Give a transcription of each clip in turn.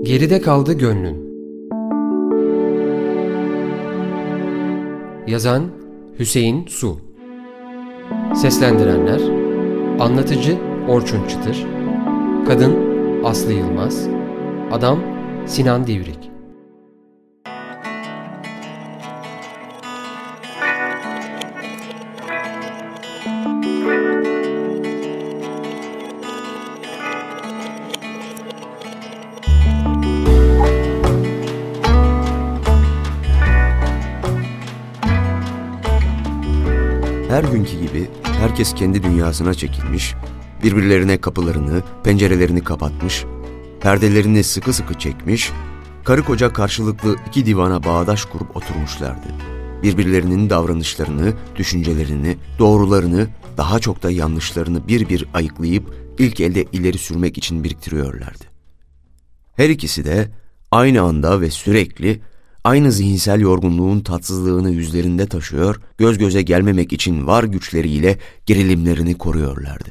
Geride kaldı gönlün. Yazan Hüseyin Su. Seslendirenler: Anlatıcı Orçun Çıtır, Kadın Aslı Yılmaz, Adam Sinan Divrik. Her günkü gibi herkes kendi dünyasına çekilmiş, birbirlerine kapılarını, pencerelerini kapatmış, perdelerini sıkı sıkı çekmiş, karı koca karşılıklı iki divana bağdaş kurup oturmuşlardı. Birbirlerinin davranışlarını, düşüncelerini, doğrularını, daha çok da yanlışlarını bir bir ayıklayıp ilk elde ileri sürmek için biriktiriyorlardı. Her ikisi de aynı anda ve sürekli aynı zihinsel yorgunluğun tatsızlığını yüzlerinde taşıyor, göz göze gelmemek için var güçleriyle gerilimlerini koruyorlardı.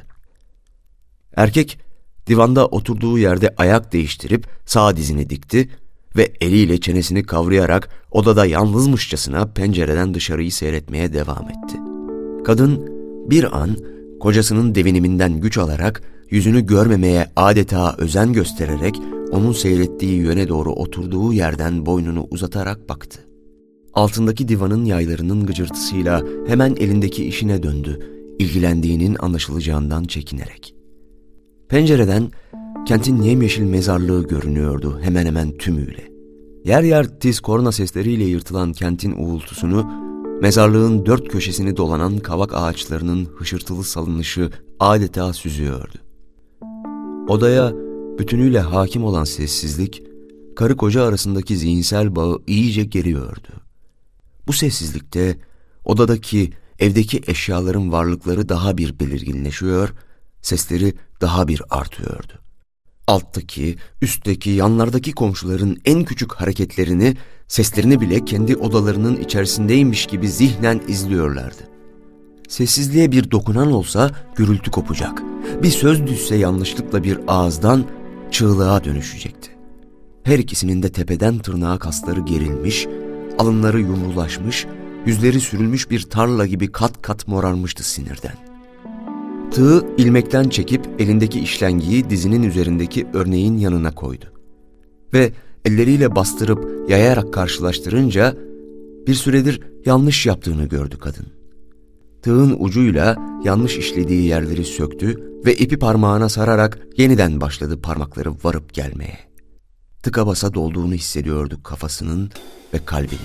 Erkek, divanda oturduğu yerde ayak değiştirip sağ dizini dikti ve eliyle çenesini kavrayarak odada yalnızmışçasına pencereden dışarıyı seyretmeye devam etti. Kadın bir an kocasının deviniminden güç alarak yüzünü görmemeye adeta özen göstererek onun seyrettiği yöne doğru oturduğu yerden boynunu uzatarak baktı. Altındaki divanın yaylarının gıcırtısıyla hemen elindeki işine döndü, ilgilendiğinin anlaşılacağından çekinerek. Pencereden kentin yemyeşil mezarlığı görünüyordu hemen hemen tümüyle. Yer yer tiz korna sesleriyle yırtılan kentin uğultusunu, mezarlığın dört köşesini dolanan kavak ağaçlarının hışırtılı salınışı adeta süzüyordu. Odaya bütünüyle hakim olan sessizlik, karı koca arasındaki zihinsel bağı iyice geriyordu. Bu sessizlikte odadaki, evdeki eşyaların varlıkları daha bir belirginleşiyor, sesleri daha bir artıyordu. Alttaki, üstteki, yanlardaki komşuların en küçük hareketlerini, seslerini bile kendi odalarının içerisindeymiş gibi zihnen izliyorlardı. Sessizliğe bir dokunan olsa gürültü kopacak. Bir söz düşse yanlışlıkla bir ağızdan çığlığa dönüşecekti. Her ikisinin de tepeden tırnağa kasları gerilmiş, alınları yumrulaşmış, yüzleri sürülmüş bir tarla gibi kat kat morarmıştı sinirden. Tığı ilmekten çekip elindeki işlengiyi dizinin üzerindeki örneğin yanına koydu. Ve elleriyle bastırıp yayarak karşılaştırınca bir süredir yanlış yaptığını gördü kadın. Tığın ucuyla yanlış işlediği yerleri söktü ve ipi parmağına sararak yeniden başladı parmakları varıp gelmeye. Tıka basa dolduğunu hissediyordu kafasının ve kalbinin.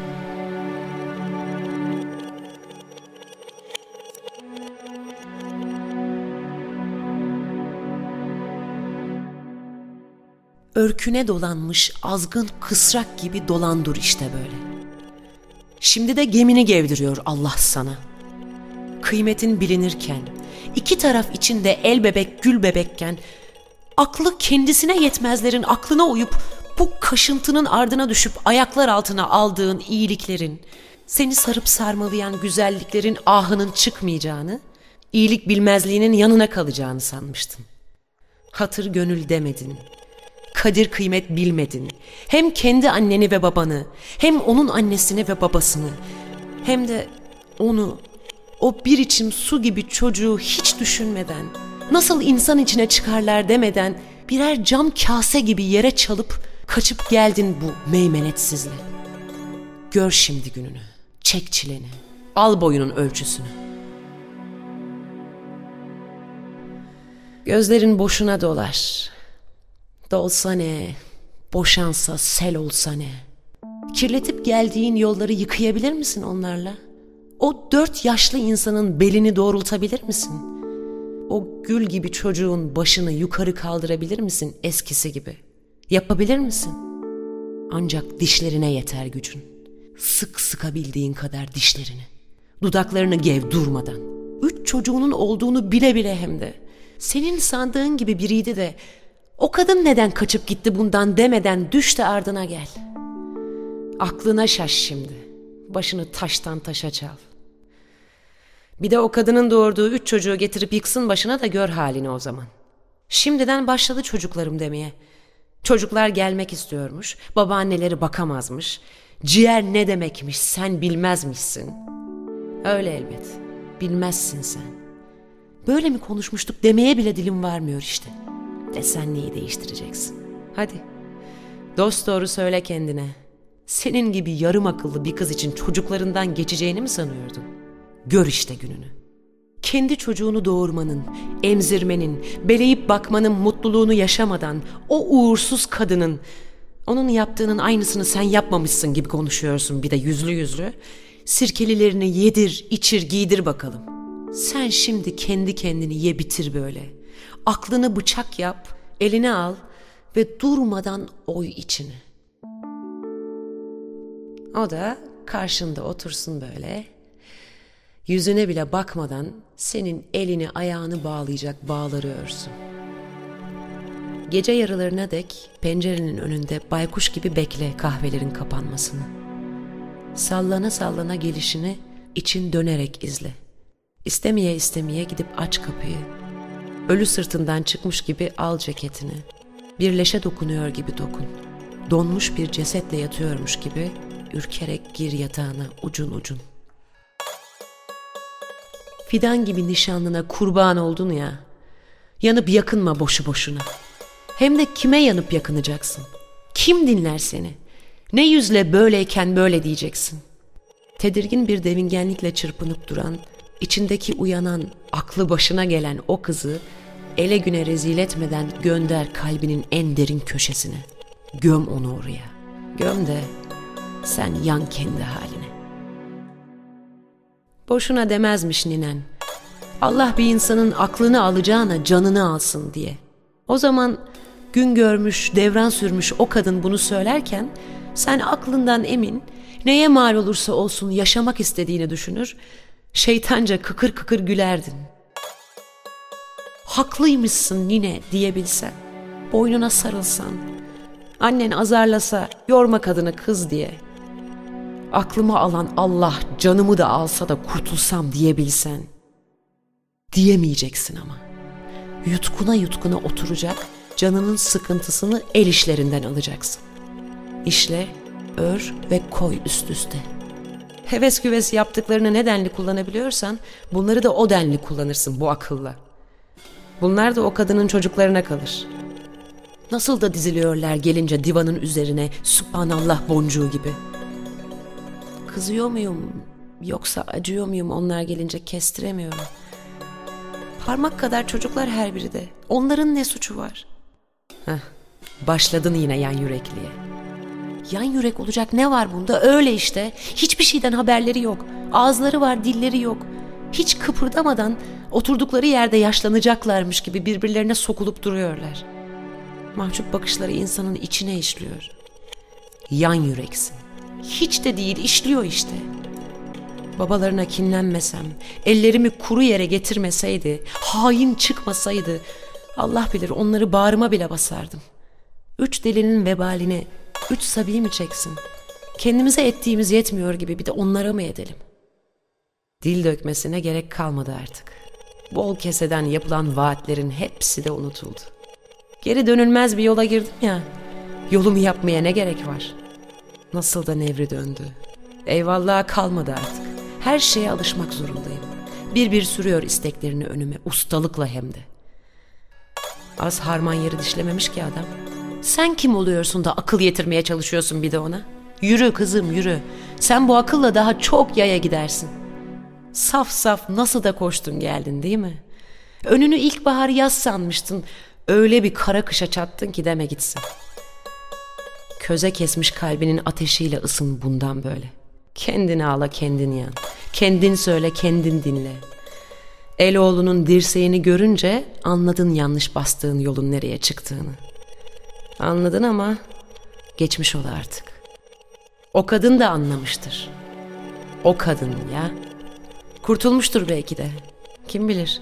Örküne dolanmış azgın kısrak gibi dolan dur işte böyle. Şimdi de gemini gevdiriyor Allah sana. Kıymetin bilinirken, iki taraf içinde el bebek gül bebekken, aklı kendisine yetmezlerin aklına uyup bu kaşıntının ardına düşüp ayaklar altına aldığın iyiliklerin, seni sarıp sarmalayan güzelliklerin ahının çıkmayacağını, iyilik bilmezliğinin yanına kalacağını sanmıştın. Hatır gönül demedin, kadir kıymet bilmedin. Hem kendi anneni ve babanı, hem onun annesini ve babasını, hem de onu, o bir içim su gibi çocuğu hiç düşünmeden, nasıl insan içine çıkarlar demeden birer cam kase gibi yere çalıp kaçıp geldin bu meymenetsizle. Gör şimdi gününü, çek çileni, al boyunun ölçüsünü. Gözlerin boşuna dolar. Dolsa ne, boşansa sel olsa ne? Kirletip geldiğin yolları yıkayabilir misin onlarla? O 4 yaşlı insanın belini doğrultabilir misin? O gül gibi çocuğun başını yukarı kaldırabilir misin eskisi gibi? Yapabilir misin? Ancak dişlerine yeter gücün. Sık sıkabildiğin kadar dişlerini. Dudaklarını gev durmadan. 3 çocuğunun olduğunu bile bile hem de. Senin sandığın gibi biriydi de o kadın neden kaçıp gitti bundan demeden düş de ardına gel. Aklına şaş şimdi. Başını taştan taşa çal. Bir de o kadının doğurduğu 3 çocuğu getirip yıksın başına da gör halini o zaman. Şimdiden başladı çocuklarım demeye. Çocuklar gelmek istiyormuş, babaanneleri bakamazmış. Ciğer ne demekmiş sen bilmezmişsin. Öyle elbet, bilmezsin sen. Böyle mi konuşmuştuk demeye bile dilim varmıyor işte. Sen neyi değiştireceksin? Hadi, dosdoğru söyle kendine. Senin gibi yarım akıllı bir kız için çocuklarından geçeceğini mi sanıyordun? Gör işte gününü. Kendi çocuğunu doğurmanın, emzirmenin, beleyip bakmanın mutluluğunu yaşamadan o uğursuz kadının, onun yaptığının aynısını sen yapmamışsın gibi konuşuyorsun bir de yüzlü yüzlü. Sirkelilerini yedir, içir, giydir bakalım. Sen şimdi kendi kendini ye bitir böyle. Aklını bıçak yap, eline al ve durmadan oy içini. O da karşında otursun böyle. Yüzüne bile bakmadan senin elini ayağını bağlayacak bağları örsün. Gece yarılarına dek pencerenin önünde baykuş gibi bekle kahvelerin kapanmasını. Sallana sallana gelişini için dönerek izle. İstemeye istemeye gidip aç kapıyı. Ölü sırtından çıkmış gibi al ceketini. Bir leşe dokunuyor gibi dokun. Donmuş bir cesetle yatıyormuş gibi ürkerek gir yatağına ucun ucun. Fidan gibi nişanlına kurban oldun ya, yanıp yakınma boşu boşuna. Hem de kime yanıp yakınacaksın? Kim dinler seni? Ne yüzle böyleyken böyle diyeceksin? Tedirgin bir devingenlikle çırpınıp duran, içindeki uyanan, aklı başına gelen o kızı ele güne rezil etmeden gönder kalbinin en derin köşesine. Göm onu oraya. Göm de sen yan kendi haline. Boşuna demezmiş ninen. Allah bir insanın aklını alacağına canını alsın diye. O zaman gün görmüş, devran sürmüş o kadın bunu söylerken sen aklından emin, neye mal olursa olsun yaşamak istediğini düşünür, şeytanca kıkır kıkır gülerdin. Haklıymışsın nine diyebilsen, boynuna sarılsan, annen azarlasa yorma kadını kız diye, aklımı alan Allah canımı da alsa da kurtulsam diyebilsen, diyemeyeceksin ama. Yutkuna yutkuna oturacak, canının sıkıntısını el işlerinden alacaksın. İşle, ör ve koy üst üste. Heves güves yaptıklarını ne denli kullanabiliyorsan, bunları da o denli kullanırsın bu akılla. Bunlar da o kadının çocuklarına kalır. Nasıl da diziliyorlar gelince divanın üzerine, Sübhanallah boncuğu gibi. Kızıyor muyum, yoksa acıyor muyum onlar gelince kestiremiyorum. Parmak kadar çocuklar her biri de. Onların ne suçu var? Başladın yine yan yürekliğe. Yan yürek olacak ne var bunda? Öyle işte. Hiçbir şeyden haberleri yok. Ağızları var, dilleri yok. Hiç kıpırdamadan oturdukları yerde yaşlanacaklarmış gibi birbirlerine sokulup duruyorlar. Mahcup bakışları insanın içine işliyor. Yan yüreksin. Hiç de değil, işliyor işte. Babalarına kinlenmesem, ellerimi kuru yere getirmeseydi, hain çıkmasaydı, Allah bilir onları bağrıma bile basardım. 3 delinin vebalini 3 sabi mi çeksin? Kendimize ettiğimiz yetmiyor gibi bir de onlara mı edelim? Dil dökmesine gerek kalmadı artık. Bol keseden yapılan vaatlerin hepsi de unutuldu. Geri dönülmez bir yola girdim ya, yolumu yapmaya ne gerek var? Nasıl da nevri döndü. Eyvallaha kalmadı artık. Her şeye alışmak zorundayım. Bir sürüyor isteklerini önüme, ustalıkla hem de. Az harman yeri dişlememiş ki adam. Sen kim oluyorsun da akıl yetirmeye çalışıyorsun bir de ona? Yürü kızım yürü. Sen bu akılla daha çok yaya gidersin. Saf saf nasıl da koştun geldin değil mi? Önünü ilkbahar yaz sanmıştın. Öyle bir kara kışa çattın ki deme gitsin. Köze kesmiş kalbinin ateşiyle ısın bundan böyle. Kendini ağla kendin yan. Kendin söyle kendin dinle. Eloğlunun dirseğini görünce anladın yanlış bastığın yolun nereye çıktığını. Anladın ama geçmiş ol artık. O kadın da anlamıştır. O kadın ya. Kurtulmuştur belki de. Kim bilir.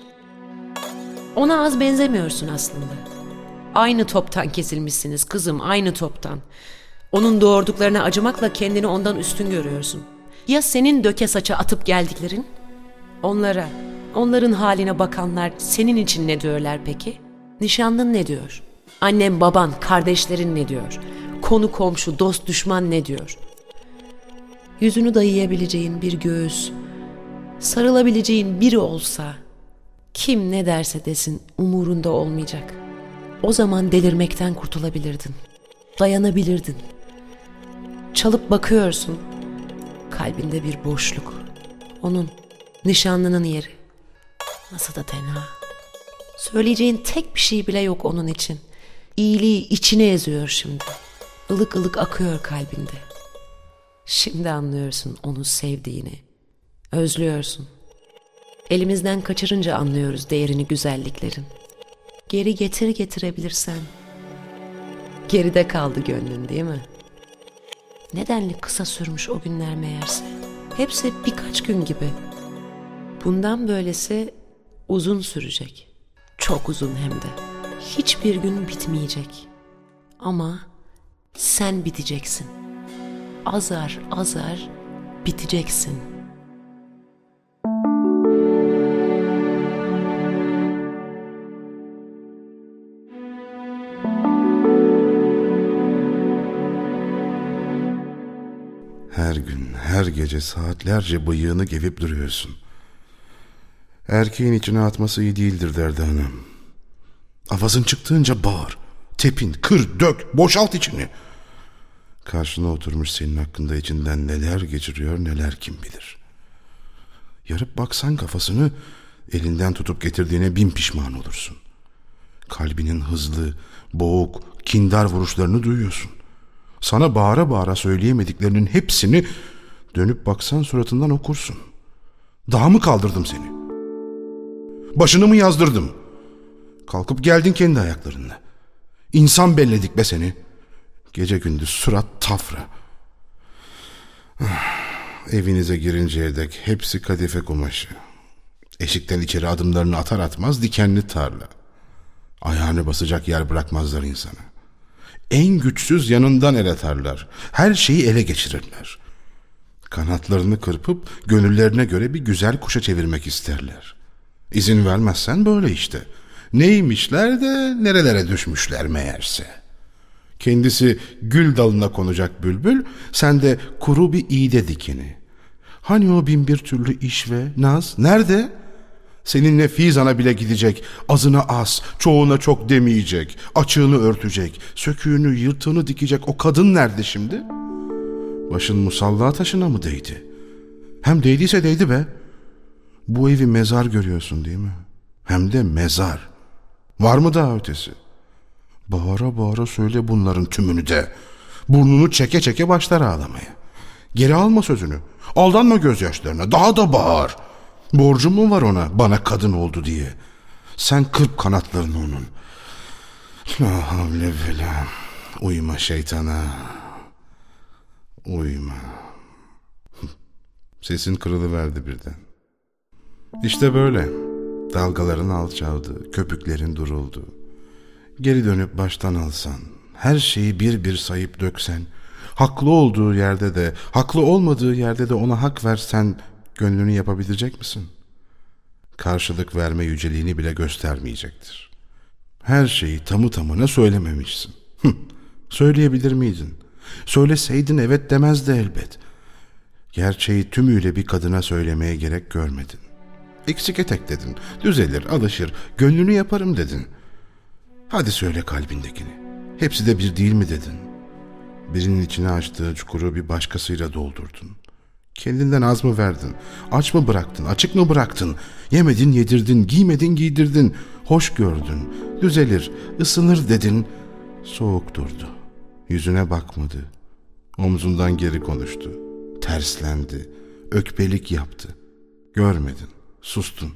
Ona az benzemiyorsun aslında. Aynı toptan kesilmişsiniz kızım, aynı toptan. Onun doğurduklarına acımakla kendini ondan üstün görüyorsun. Ya senin döke saça atıp geldiklerin? Onlara, onların haline bakanlar senin için ne diyorlar peki? Nişanlın ne diyor? Annem, baban, kardeşlerin ne diyor? Konu komşu, dost düşman ne diyor? Yüzünü dayayabileceğin bir göğüs, sarılabileceğin biri olsa, kim ne derse desin umurunda olmayacak. O zaman delirmekten kurtulabilirdin. Dayanabilirdin. Çalıp bakıyorsun. Kalbinde bir boşluk. Onun, nişanlının yeri. Nasıl da tenha. Söyleyeceğin tek bir şey bile yok onun için. İyiliği içine eziyor şimdi. Ilık ılık akıyor kalbinde. Şimdi anlıyorsun onu sevdiğini. Özlüyorsun. Elimizden kaçırınca anlıyoruz değerini güzelliklerin. Geri getirebilirsen. Geride kaldı gönlün, değil mi? Nedenli kısa sürmüş o günler meğerse. Hepsi birkaç gün gibi. Bundan böylesi uzun sürecek. Çok uzun hem de. Hiçbir gün bitmeyecek. Ama sen biteceksin. Azar azar biteceksin. Her gün, her gece saatlerce bıyığını gevip duruyorsun. Erkeğin içine atması iyi değildir derdi anam. Avazın çıktığınca bağır, tepin, kır, dök, boşalt içini. Karşına oturmuş senin hakkında içinden neler geçiriyor neler kim bilir. Yarıp baksan kafasını, elinden tutup getirdiğine bin pişman olursun. Kalbinin hızlı, boğuk, kindar vuruşlarını duyuyorsun. Sana bağıra bağıra söyleyemediklerinin hepsini dönüp baksan suratından okursun. Daha mı kaldırdım seni? Başını mı yazdırdım? Kalkıp geldin kendi ayaklarınla. İnsan belledik be seni. Gece gündüz surat tafra. Evinize girinceye dek hepsi kadife kumaşı. Eşikten içeri adımlarını atar atmaz dikenli tarla. Ayağını basacak yer bırakmazlar insana. En güçsüz yanından el atarlar. Her şeyi ele geçirirler. Kanatlarını kırpıp gönüllerine göre bir güzel kuşa çevirmek isterler. İzin vermezsen böyle işte. Neymişler de nerelere düşmüşler meğerse. Kendisi gül dalına konacak bülbül, sen de kuru bir iğde dikeni. Hani o bin bir türlü iş ve naz nerede? Seninle Fizan'a bile gidecek, azına az, çoğuna çok demeyecek, açığını örtecek, söküğünü yırtığını dikecek o kadın nerede şimdi? Başın musalla taşına mı değdi? Hem değdiyse değdi be. Bu evi mezar görüyorsun değil mi? Hem de mezar. Var mı daha ötesi? Bağıra bağıra söyle bunların tümünü de. Burnunu çeke çeke başlar ağlamaya. Geri alma sözünü. Aldanma gözyaşlarına. Daha da bağır. Borcum mu var ona bana kadın oldu diye? Sen kırp kanatlarını onun. La havle ve la. Uyma şeytana. Uyma. Sesin kırılıverdi birden. İşte böyle. Dalgaların alçaldı, köpüklerin duruldu. Geri dönüp baştan alsan, her şeyi bir bir sayıp döksen, haklı olduğu yerde de, haklı olmadığı yerde de ona hak versen, gönlünü yapabilecek misin? Karşılık verme yüceliğini bile göstermeyecektir. Her şeyi tamı tamına söylememişsin. Söyleyebilir miydin? Söyleseydin evet demezdi elbet. Gerçeği tümüyle bir kadına söylemeye gerek görmedin. Eksik etek dedin, düzelir, alışır, gönlünü yaparım dedin. Hadi söyle kalbindekini. Hepsi de bir değil mi dedin? Birinin içine açtığı çukuru bir başkasıyla doldurdun. Kendinden az mı verdin? Aç mı bıraktın? Açık mı bıraktın? Yemedin, yedirdin, giymedin, giydirdin. Hoş gördün, düzelir, ısınır dedin. Soğuk durdu. Yüzüne bakmadı. Omzundan geri konuştu. Terslendi. Ökbelik yaptı. Görmedin, sustun.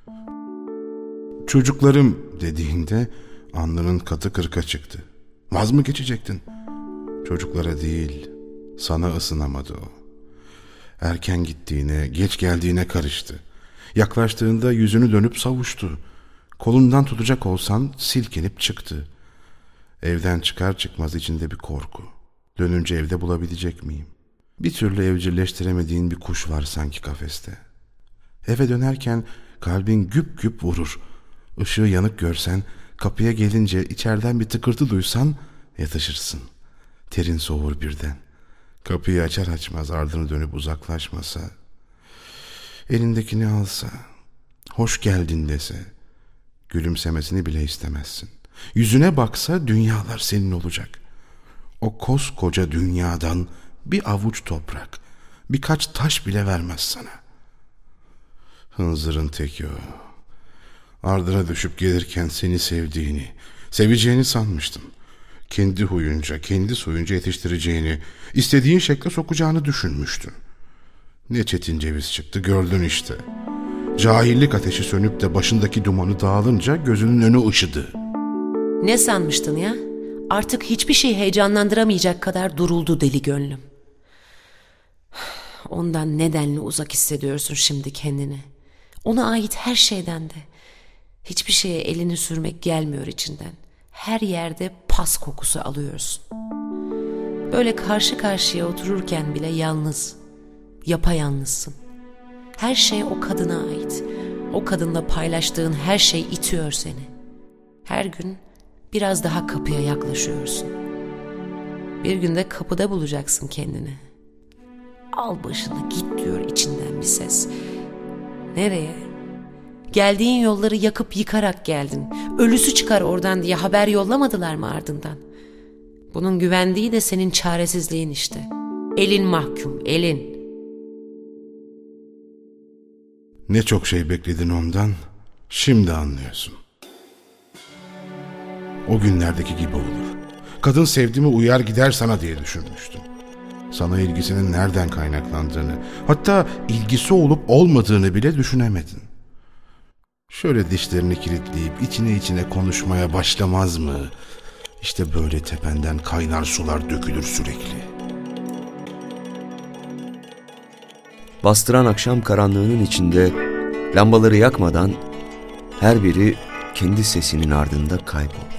Çocuklarım dediğinde alnının katı kırka çıktı. Vaz mı geçecektin? Çocuklara değil, sana ısınamadı o. Erken gittiğine, geç geldiğine karıştı. Yaklaştığında yüzünü dönüp savuştu. Kolundan tutacak olsan silkinip çıktı. Evden çıkar çıkmaz içinde bir korku. Dönünce evde bulabilecek miyim? Bir türlü evcilleştiremediğin bir kuş var sanki kafeste. Eve dönerken kalbin güp güp vurur. Işığı yanık görsen Kapıya gelince içeriden bir tıkırtı duysan yatışırsın. Terin soğur birden. Kapıyı açar açmaz ardını dönüp uzaklaşmasa, elindekini alsa, hoş geldin dese, gülümsemesini bile istemezsin. Yüzüne baksa dünyalar senin olacak. O koskoca dünyadan bir avuç toprak, birkaç taş bile vermez sana. Hınzırın teki o. Ardına düşüp gelirken seni sevdiğini, seveceğini sanmıştın. Kendi huyunca, kendi suyunca yetiştireceğini, istediğin şekle sokacağını düşünmüştün. Ne çetin ceviz çıktı, gördün işte. Cahillik ateşi sönüp de başındaki dumanı dağılınca gözünün önü ışıdı. Ne sanmıştın ya? Artık hiçbir şey heyecanlandıramayacak kadar duruldu deli gönlüm. Ondan nedenli uzak hissediyorsun şimdi kendini. Ona ait her şeyden de. Hiçbir şeye elini sürmek gelmiyor içinden. Her yerde pas kokusu alıyorsun. Böyle karşı karşıya otururken bile yalnız, yapayalnızsın. Her şey o kadına ait. O kadınla paylaştığın her şey itiyor seni. Her gün biraz daha kapıya yaklaşıyorsun. Bir günde kapıda bulacaksın kendini. Al başını git diyor içinden bir ses. Nereye? Geldiğin yolları yakıp yıkarak geldin. Ölüsü çıkar oradan diye haber yollamadılar mı ardından? Bunun güvendiği de senin çaresizliğin işte. Elin mahkum, elin. Ne çok şey bekledin ondan, şimdi anlıyorsun. O günlerdeki gibi olur. Kadın sevdiğimi uyar gider sana diye düşünmüştüm. Sana ilgisinin nereden kaynaklandığını, hatta ilgisi olup olmadığını bile düşünemedin. Şöyle dişlerini kilitleyip içine konuşmaya başlamaz mı? İşte böyle tependen kaynar sular dökülür sürekli. Bastıran akşam karanlığının içinde lambaları yakmadan her biri kendi sesinin ardında kayboldu.